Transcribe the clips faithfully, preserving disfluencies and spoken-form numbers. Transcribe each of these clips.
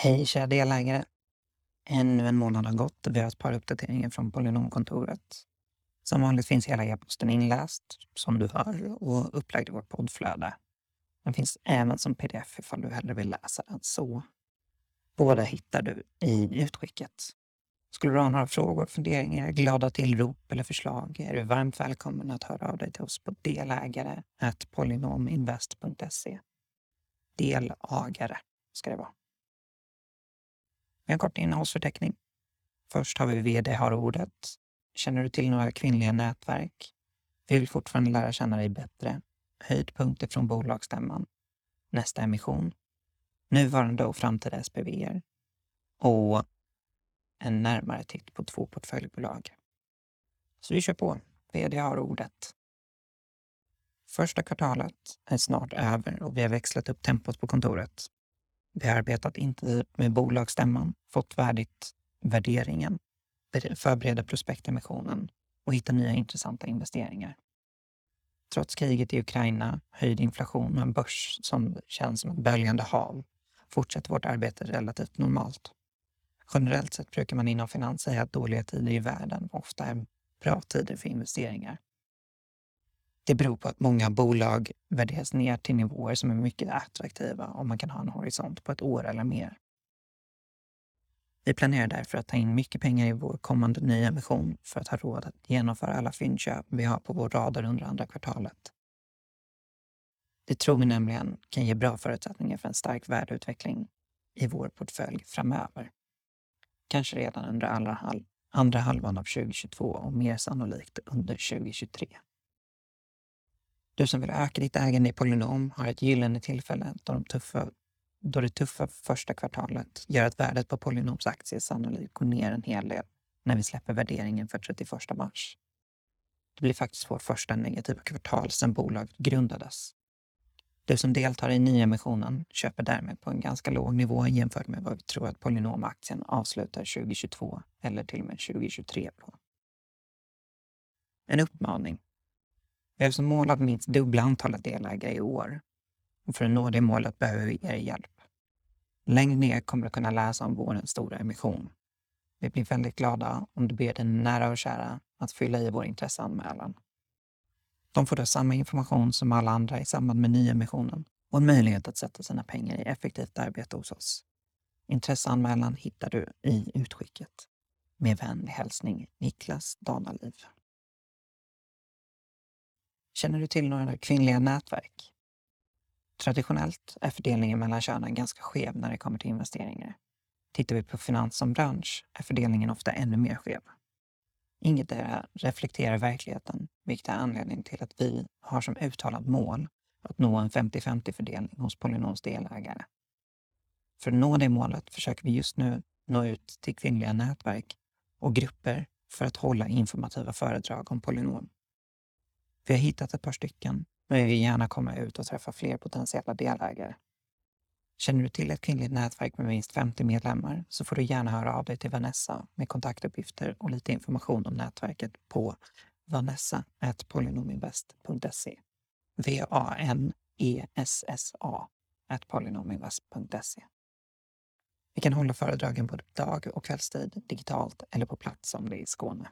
Hej kära delägare! Ännu en månad har gått och vi har ett par uppdateringar från Polynomkontoret. Som vanligt finns hela e-posten inläst, som du hör, och upplagd i vårt poddflöde. Den finns även som pdf ifall du hellre vill läsa den så. Båda hittar du i utskicket. Skulle du ha några frågor, funderingar, glada tillrop eller förslag är du varmt välkommen att höra av dig till oss på delägare at polynominvest punkt se. Delagare ska det vara. En kort innehållsförteckning. Först har vi vd har ordet. Känner du till några kvinnliga nätverk? Vi vill fortfarande lära känna dig bättre. Höjdpunkter från bolagsstämman. Nästa emission. Nuvarande och framtida S P V:er. Och en närmare titt på två portföljbolag. Så vi kör på. vd har ordet. Första kvartalet är snart över och vi har växlat upp tempot på kontoret. Vi har arbetat intensivt med bolagsstämman, fått färdigt värderingen, förbereda prospektemissionen och hitta nya intressanta investeringar. Trots kriget i Ukraina, höjd inflation och en börs som känns som ett böljande hav fortsätter vårt arbete relativt normalt. Generellt sett brukar man inom finans säga att dåliga tider i världen ofta är bra tider för investeringar. Det beror på att många bolag värderas ner till nivåer som är mycket attraktiva om man kan ha en horisont på ett år eller mer. Vi planerar därför att ta in mycket pengar i vår kommande nyemission för att ha råd att genomföra alla fyndköp vi har på vår radar under andra kvartalet. Det tror vi nämligen kan ge bra förutsättningar för en stark värdeutveckling i vår portfölj framöver. Kanske redan under alla halv, andra halvan av tjugohundratjugotvå och mer sannolikt under tjugohundratjugotre. Du som vill öka ditt ägande i Polynom har ett gyllene tillfälle då, de tuffa, då det tuffa första kvartalet gör att värdet på Polynoms aktier sannolikt går ner en hel del när vi släpper värderingen för trettioförsta mars. Det blir faktiskt vårt första negativa kvartal sedan bolaget grundades. Du som deltar i nyemissionen köper därmed på en ganska låg nivå jämfört med vad vi tror att Polynom-aktien avslutar tjugohundratjugotvå eller till och med tjugohundratjugotre på. En uppmaning. Vi har som mål att minst dubbla antalet delägare i år. Och för att nå det målet behöver vi er hjälp. Längre ner kommer du kunna läsa om vårens stora emission. Vi blir väldigt glada om du ber din nära och kära att fylla i vår intresseanmälan. De får då samma information som alla andra i samband med nyemissionen och en möjlighet att sätta sina pengar i effektivt arbete hos oss. Intresseanmälan hittar du i utskicket. Med vänlig hälsning Niklas Danaliv. Känner du till några kvinnliga nätverk? Traditionellt är fördelningen mellan könen ganska skev när det kommer till investeringar. Tittar vi på finans som bransch är fördelningen ofta ännu mer skev. Inget där reflekterar verkligheten, vilket är anledningen till att vi har som uttalat mål att nå en femtio femtio fördelning hos Polynoms delägare. För att nå det målet försöker vi just nu nå ut till kvinnliga nätverk och grupper för att hålla informativa föredrag om Polynom. Vi har hittat ett par stycken, men vi vill gärna komma ut och träffa fler potentiella delägare. Känner du till ett kvinnligt nätverk med minst femtio medlemmar så får du gärna höra av dig till Vanessa med kontaktuppgifter och lite information om nätverket på vanessa at polynominvest punkt se. V A N E S S A at polynominvest punkt se. Vi kan hålla föredragen både dag- och kvällstid, digitalt eller på plats om det är i Skåne.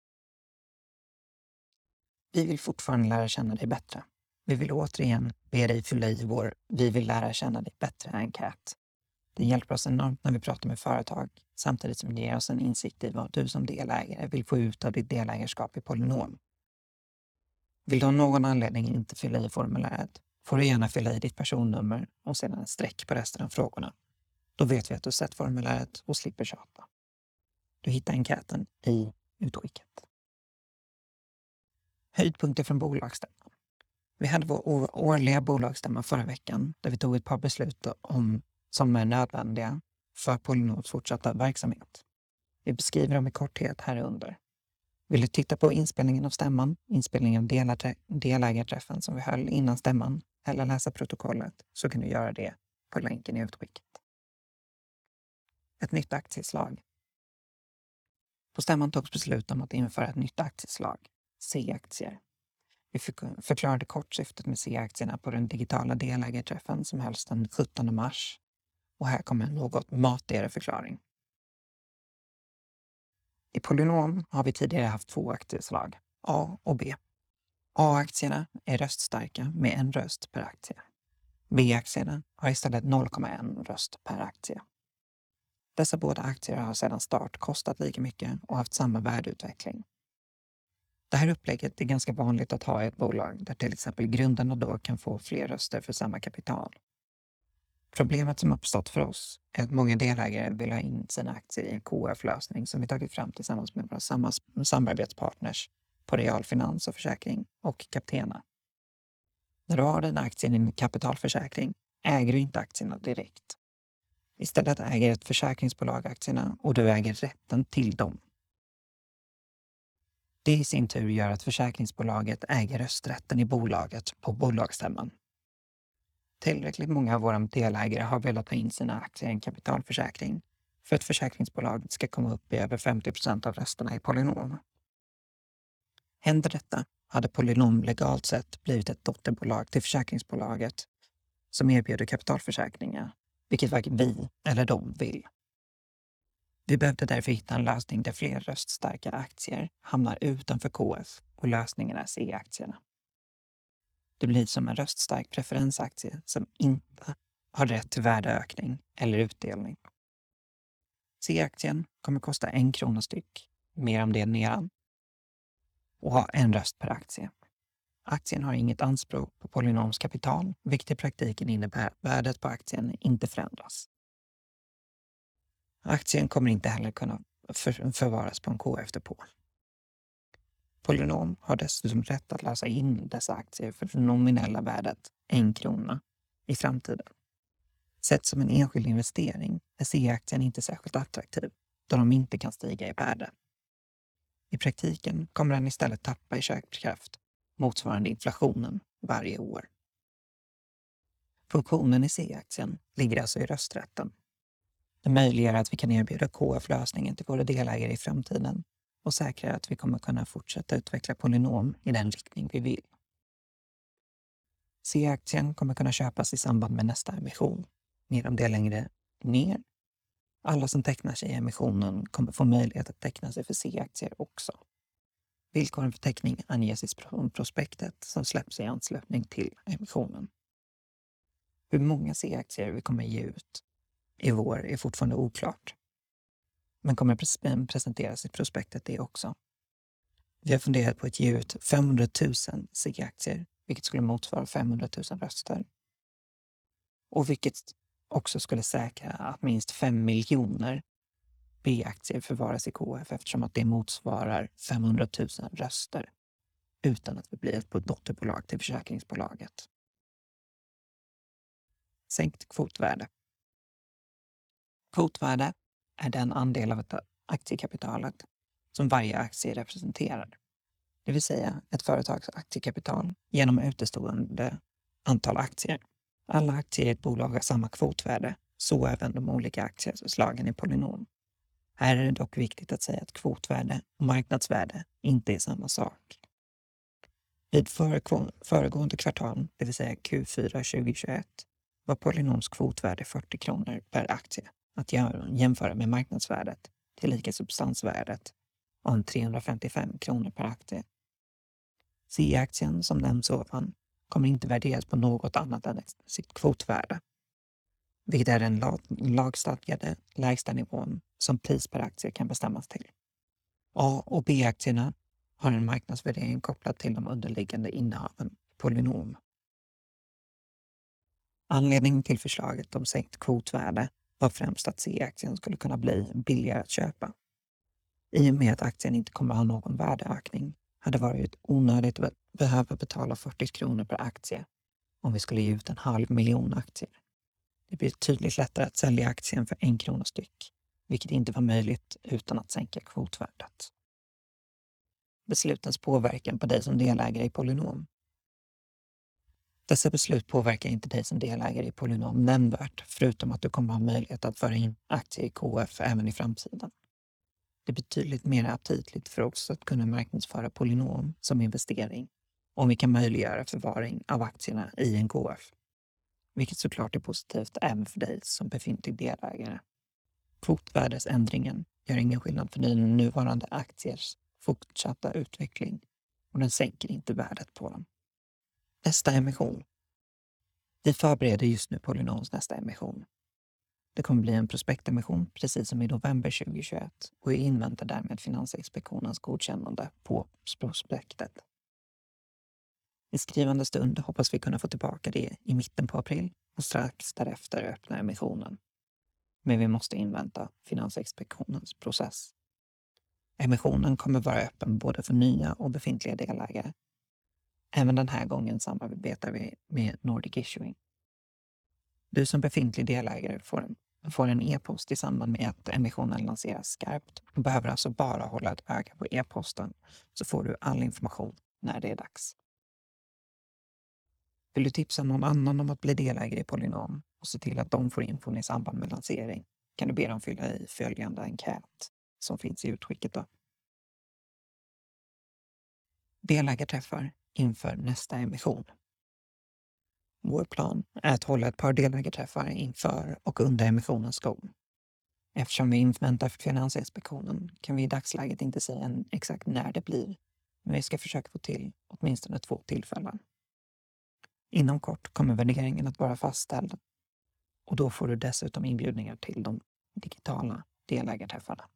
Vi vill fortfarande lära känna dig bättre. Vi vill återigen be dig fylla i vår Vi vill lära känna dig bättre enkät. Det hjälper oss enormt när vi pratar med företag samtidigt som det ger oss en insikt i vad du som delägare vill få ut av ditt delägarskap i Polynom. Vill du av någon anledning inte fylla i formuläret får du gärna fylla i ditt personnummer och sedan ett streck på resten av frågorna. Då vet vi att du sett formuläret och slipper tjata. Du hittar enkäten i utskicket. Höjdpunkter från bolagsstämman. Vi hade vår årliga bolagsstämma förra veckan där vi tog ett par beslut om, som är nödvändiga för Polynoms fortsatta verksamhet. Vi beskriver dem i korthet här under. Vill du titta på inspelningen av stämman, inspelningen av delägarträffen som vi höll innan stämman eller läsa protokollet så kan du göra det på länken i utskicket. Ett nytt aktieslag. På stämman togs beslut om att införa ett nytt aktieslag, C-aktier. Vi förklarade kort syftet med C-aktierna på den digitala delägarträffen som hölls den sjuttonde mars. Och här kommer en något matigare förklaring. I Polynom har vi tidigare haft två aktieslag, A och B. A-aktierna är röststarka med en röst per aktie. B-aktierna har istället noll komma en röst per aktie. Dessa båda aktier har sedan start kostat lika mycket och haft samma värdeutveckling. Det här upplägget är ganska vanligt att ha i ett bolag där till exempel grundarna då kan få fler röster för samma kapital. Problemet som uppstått för oss är att många delägare vill ha in sina aktier i en K F-lösning som vi tagit fram tillsammans med våra sam- samarbetspartners på Realfinans och Försäkring och Captena. När du har dina aktier i en kapitalförsäkring äger du inte aktierna direkt. Istället äger ett försäkringsbolag aktierna och du äger rätten till dem. Det i sin tur gör att försäkringsbolaget äger rösträtten i bolaget på bolagsstämman. Tillräckligt många av våra delägare har velat ta in sina aktier i en kapitalförsäkring för att försäkringsbolaget ska komma upp i över femtio procent av rösterna i Polynom. Händer detta hade Polynom legalt sett blivit ett dotterbolag till försäkringsbolaget som erbjuder kapitalförsäkringar, vilket varken vi eller de vill. Vi behövde därför hitta en lösning där fler röststarka aktier hamnar utanför K F och lösningen är C-aktierna. Det blir som en röststark preferensaktie som inte har rätt till värdeökning eller utdelning. C-aktien kommer kosta en krona styck, mer om det nedan, och ha en röst per aktie. Aktien har inget anspråk på Polynoms kapital, vilket i praktiken innebär att värdet på aktien inte förändras. Aktien kommer inte heller kunna för- förvaras på en K F-depå. Polynom har dessutom rätt att lösa in dessa aktier för det nominella värdet en krona i framtiden. Sett som en enskild investering är C-aktien inte särskilt attraktiv då de inte kan stiga i värde. I praktiken kommer den istället tappa i köpkraft motsvarande inflationen varje år. Funktionen i C-aktien ligger alltså i rösträtten. Det möjliggör att vi kan erbjuda K F-lösningen till våra delägare i framtiden och säkrar att vi kommer kunna fortsätta utveckla Polynom i den riktning vi vill. C-aktien kommer kunna köpas i samband med nästa emission, mer om det längre ner. Alla som tecknar sig i emissionen kommer få möjlighet att teckna sig för C-aktier också. Villkoren för teckning anges i prospektet som släpps i anslutning till emissionen. Hur många C-aktier vi kommer ge ut i vår är fortfarande oklart, men kommer pres- presenteras i prospektet det också. Vi har funderat på att ge ut femhundratusen C-aktier, vilket skulle motsvara femhundratusen röster. Och vilket också skulle säkra att minst fem miljoner B-aktier förvaras i K F eftersom att det motsvarar femhundratusen röster utan att vi blir ett dotterbolag till försäkringsbolaget. Sänkt kvotvärde. Kvotvärde är den andel av ett aktiekapitalet som varje aktie representerar. Det vill säga ett företags aktiekapital genom utestående antal aktier. Alla aktier i ett bolag har samma kvotvärde, så även de olika aktieslagen i Polynom. Här är det dock viktigt att säga att kvotvärde och marknadsvärde inte är samma sak. Vid föregående kvartal, det vill säga Q fyra tjugohundratjugoett, var Polynoms kvotvärde fyrtio kronor per aktie att jämföra med marknadsvärdet tillika substansvärdet om trehundrafemtiofem kronor per aktie. C-aktien som nämns ovan kommer inte värderas på något annat än sitt kvotvärde, vilket är den lag- lagstadgade lägsta nivån som pris per aktie kan bestämmas till. A- och B-aktierna har en marknadsvärdering kopplad till de underliggande innehaven Polynom. Anledningen till förslaget om sänkt kvotvärde var främst att C-aktien skulle kunna bli billigare att köpa. I och med att aktien inte kommer ha någon värdeökning hade det varit onödigt att behöva betala fyrtio kronor per aktie om vi skulle ge ut en halv miljon aktier. Det blir tydligt lättare att sälja aktien för en krona styck, vilket inte var möjligt utan att sänka kvotvärdet. Beslutens påverkan på dig som delägare i Polynom. Dessa beslut påverkar inte dig som delägare i Polynom nämnvärt, förutom att du kommer ha möjlighet att föra in aktier i K F även i framtiden. Det är betydligt mer aptitligt för oss att kunna marknadsföra Polynom som investering om vi kan möjliggöra förvaring av aktierna i en K F. vilket såklart är positivt även för dig som befintlig delägare. Kvotvärdesändringen gör ingen skillnad för dina nuvarande aktiers fortsatta utveckling och den sänker inte värdet på dem. Nästa emission. Vi förbereder just nu Polynoms nästa emission. Det kommer bli en prospektemission precis som i november tjugohundratjugoett och vi inväntar därmed Finansinspektionens godkännande på prospektet. I skrivande stund hoppas vi kunna få tillbaka det i mitten på april och strax därefter öppna emissionen. Men vi måste invänta Finansinspektionens process. Emissionen kommer vara öppen både för nya och befintliga delägare. Även den här gången samarbetar vi med Nordic Issuing. Du som befintlig delägare får en, får en e-post i samband med att emissionen lanseras skarpt och behöver alltså bara hålla ett öga på e-posten så får du all information när det är dags. Vill du tipsa någon annan om att bli delägare i Polynom och se till att de får infon i samband med lansering kan du be dem fylla i följande enkät som finns i utskicket då. Delägarträffar inför nästa emission. Vår plan är att hålla ett par delägarträffar inför och under emissionens gång. Eftersom vi inväntar Finansinspektionen kan vi i dagsläget inte säga en exakt när det blir, men vi ska försöka få till åtminstone två tillfällen. Inom kort kommer värderingen att vara fastställd och då får du dessutom inbjudningar till de digitala delägarträffarna.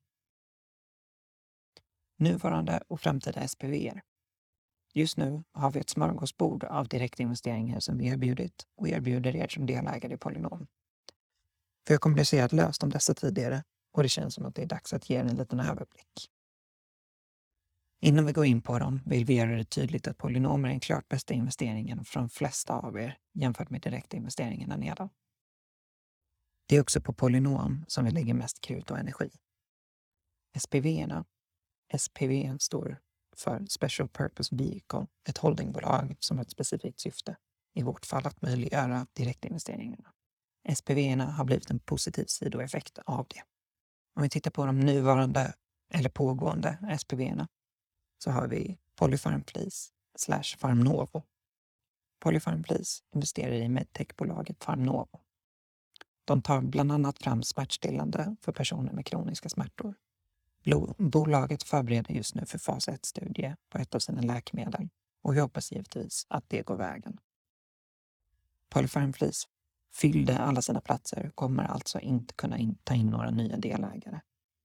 Nuvarande och framtida S P V:er. Just nu har vi ett smörgåsbord av direktinvesteringar som vi erbjudit och erbjuder er som delägare i Polynom. Vi har kommunicerat löst om dessa tidigare och det känns som att det är dags att ge er en liten överblick. Innan vi går in på dem vill vi göra det tydligt att Polynom är den klart bästa investeringen för de flesta av er jämfört med direktinvesteringarna nedan. Det är också på Polynom som vi lägger mest krut och energi. S P V:erna. S P V står för Special Purpose Vehicle, ett holdingbolag som har ett specifikt syfte, i vårt fall att möjliggöra direktinvesteringarna. S P V:erna har blivit en positiv sidoeffekt av det. Om vi tittar på de nuvarande eller pågående S P V:erna så har vi Polyfarm Please slash Farmnovo. Polyfarm Please investerar i medtechbolaget Farmnovo. De tar bland annat fram smärtstillande för personer med kroniska smärtor. Bolaget förbereder just nu för fas ett-studie på ett av sina läkemedel och vi hoppas givetvis att det går vägen. Polyfarm Please fyllde alla sina platser och kommer alltså inte kunna in, ta in några nya delägare.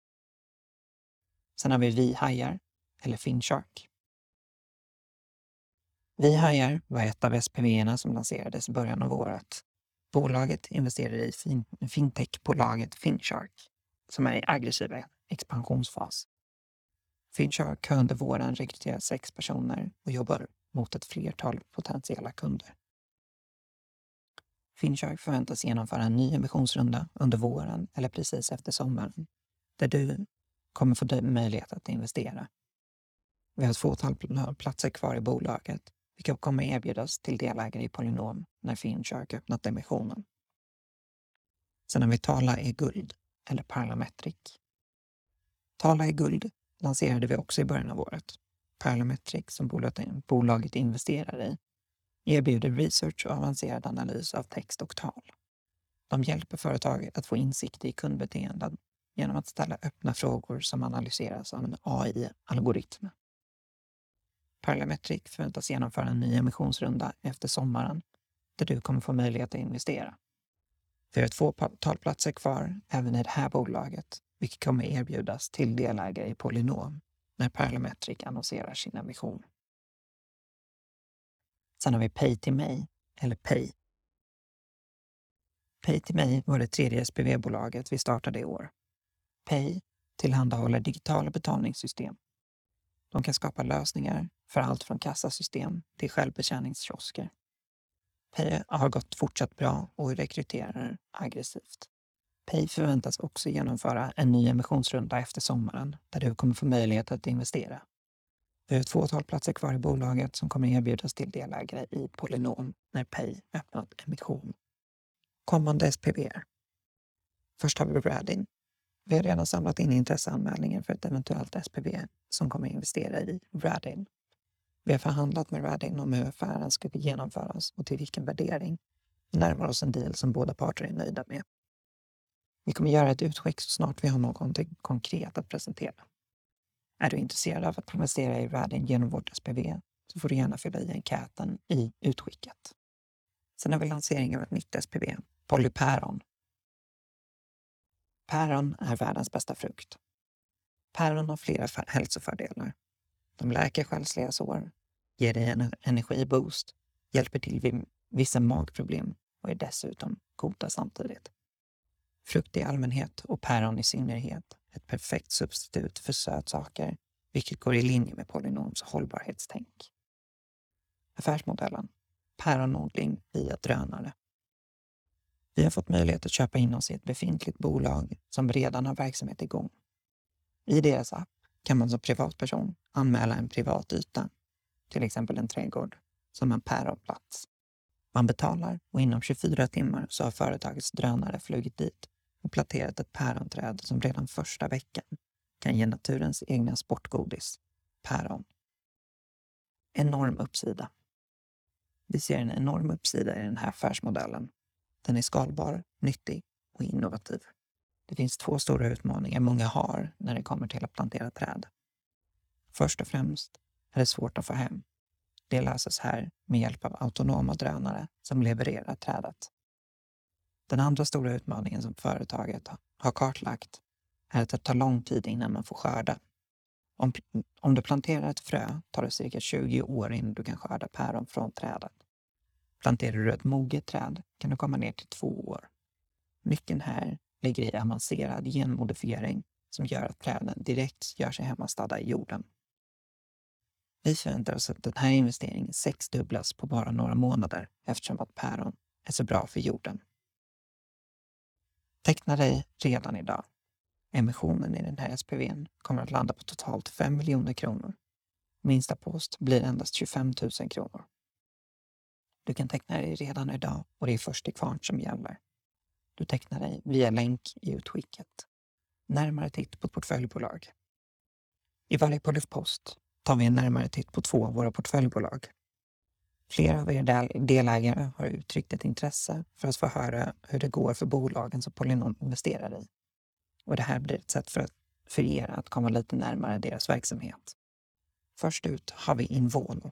Sen har vi Vi Hajar, eller Finshark. Vi Hajar var ett av S P V:erna som lanserades i början av året. Bolaget investerade i fin, fintechbolaget Finshark som är i aggressiv expansionsfas. Finshark har under våren rekryterat sex personer och jobbar mot ett flertal potentiella kunder. Finshark förväntas genomföra en ny emissionsrunda under våren eller precis efter sommaren där du kommer få möjlighet att investera. Vi har ett fåtal platser kvar i bolaget vilka kommer erbjudas till delägare i Polynom när Finshark öppnat emissionen. Sen har vi Tala är guld, eller Parametric. Tala är guld lanserade vi också i början av året. Parametric, som bolaget investerar i, erbjuder research och avancerad analys av text och tal. De hjälper företag att få insikt i kundbeteenden genom att ställa öppna frågor som analyseras av en A I-algoritm. Parametric förväntas genomföra en ny emissionsrunda efter sommaren där du kommer få möjlighet att investera. Vi har ett fåtal platser kvar även i det här bolaget vilket kommer erbjudas till delägare i Polynom när Parametric annonserar sin emission. Sen har vi Pay to Me, eller Pay. Pay to Me var det tredje S P V-bolaget vi startade i år. Pay tillhandahåller digitala betalningssystem. De kan skapa lösningar för allt från kassasystem till självbetjäningskiosker. Pay har gått fortsatt bra och rekryterar aggressivt. Pay förväntas också genomföra en ny emissionsrunda efter sommaren där du kommer få möjlighet att investera. Vi har ett fåtal platser kvar i bolaget som kommer erbjudas till delägare i Polynom när Pay öppnat emission. Kommande S P V. Först har vi Radin. Vi har redan samlat in intresseanmälningar för ett eventuellt S P V som kommer investera i Radin. Vi har förhandlat med Radin om hur affären ska genomföras och till vilken värdering. närmar oss en deal som båda parter är nöjda med. Vi kommer göra ett utskick så snart vi har något konkret att presentera. Är du intresserad av att investera i världen genom vårt S P V så får du gärna fylla i enkäten i utskicket. Sen har vi lanseringen av ett nytt S P V, Polypäron. Päron är världens bästa frukt. Päron har flera hälsofördelar. De läker själsliga sår, ger dig en energiboost, hjälper till vid vissa magproblem och är dessutom goda samtidigt. Frukt i allmänhet och päron i synnerhet är ett perfekt substitut för sötsaker, vilket går i linje med Polynoms hållbarhetstänk. Affärsmodellen: päronodling via drönare. Vi har fått möjlighet att köpa in oss i ett befintligt bolag som redan har verksamhet igång. I deras app kan man som privatperson anmäla en privat yta, till exempel en trädgård, som en päronplats. Man betalar och inom tjugofyra timmar så har företagets drönare flugit dit och planterat ett päronträd som redan första veckan kan ge naturens egna sportgodis, päron. Enorm uppsida. Vi ser en enorm uppsida i den här affärsmodellen. Den är skalbar, nyttig och innovativ. Det finns två stora utmaningar många har när det kommer till att plantera träd. Först och främst är det svårt att få hem. Det löses här med hjälp av autonoma drönare som levererar trädet. Den andra stora utmaningen som företaget har kartlagt är att det tar lång tid innan man får skörda. Om, om du planterar ett frö tar det cirka tjugo år innan du kan skörda päron från trädet. Planterar du ett moget träd kan du komma ner till två år. Nyckeln här ligger i avancerad genmodifiering som gör att träden direkt gör sig hemmastadda i jorden. Vi förväntar oss att den här investeringen sexdubblas på bara några månader eftersom att päron är så bra för jorden. Teckna dig redan idag. Emissionen i den här S P V:n kommer att landa på totalt fem miljoner kronor. Minsta post blir endast tjugofem tusen kronor. Du kan teckna dig redan idag och det är först till kvarn som gäller. Du tecknar dig via länk i utskicket. Närmare titt på ett portföljbolag. I varje Polypost tar vi en närmare titt på två av våra portföljbolag. Flera av er del- delägare har uttryckt ett intresse för att få höra hur det går för bolagen som Polynom investerar i. Och det här blir ett sätt för, för er att komma lite närmare deras verksamhet. Först ut har vi Invono.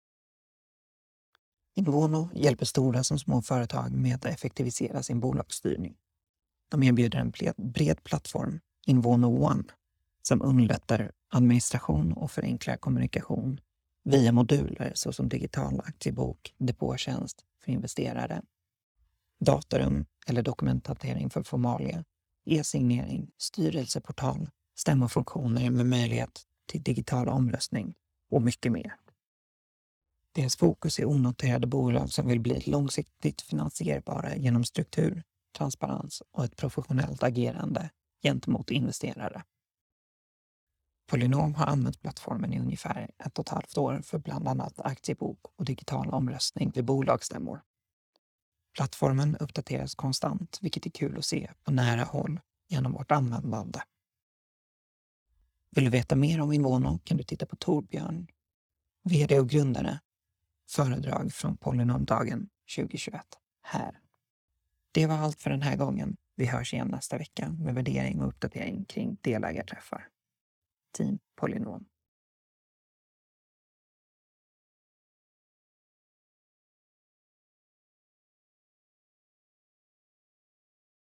Invono hjälper stora som små företag med att effektivisera sin bolagsstyrning. De erbjuder en bred plattform, Invono One, som underlättar administration och förenklar kommunikation via moduler såsom digital aktiebok, depåtjänst för investerare, datarum eller dokumenthantering för formalia, e-signering, styrelseportal, stämmofunktioner med möjlighet till digital omröstning och mycket mer. Deras fokus är onoterade bolag som vill bli långsiktigt finansierbara genom struktur, transparens och ett professionellt agerande gentemot investerare. Polynom har använt plattformen i ungefär ett och ett halvt år för bland annat aktiebok och digital omröstning vid bolagsstämmor. Plattformen uppdateras konstant, vilket är kul att se på nära håll genom vårt användande. Vill du veta mer om Invono kan du titta på Torbjörn, vd och grundare, föredrag från Polynomdagen tjugohundratjugoett här. Det var allt för den här gången. Vi hörs igen nästa vecka med värdering och uppdatering kring delägarträffar. Team Polynom.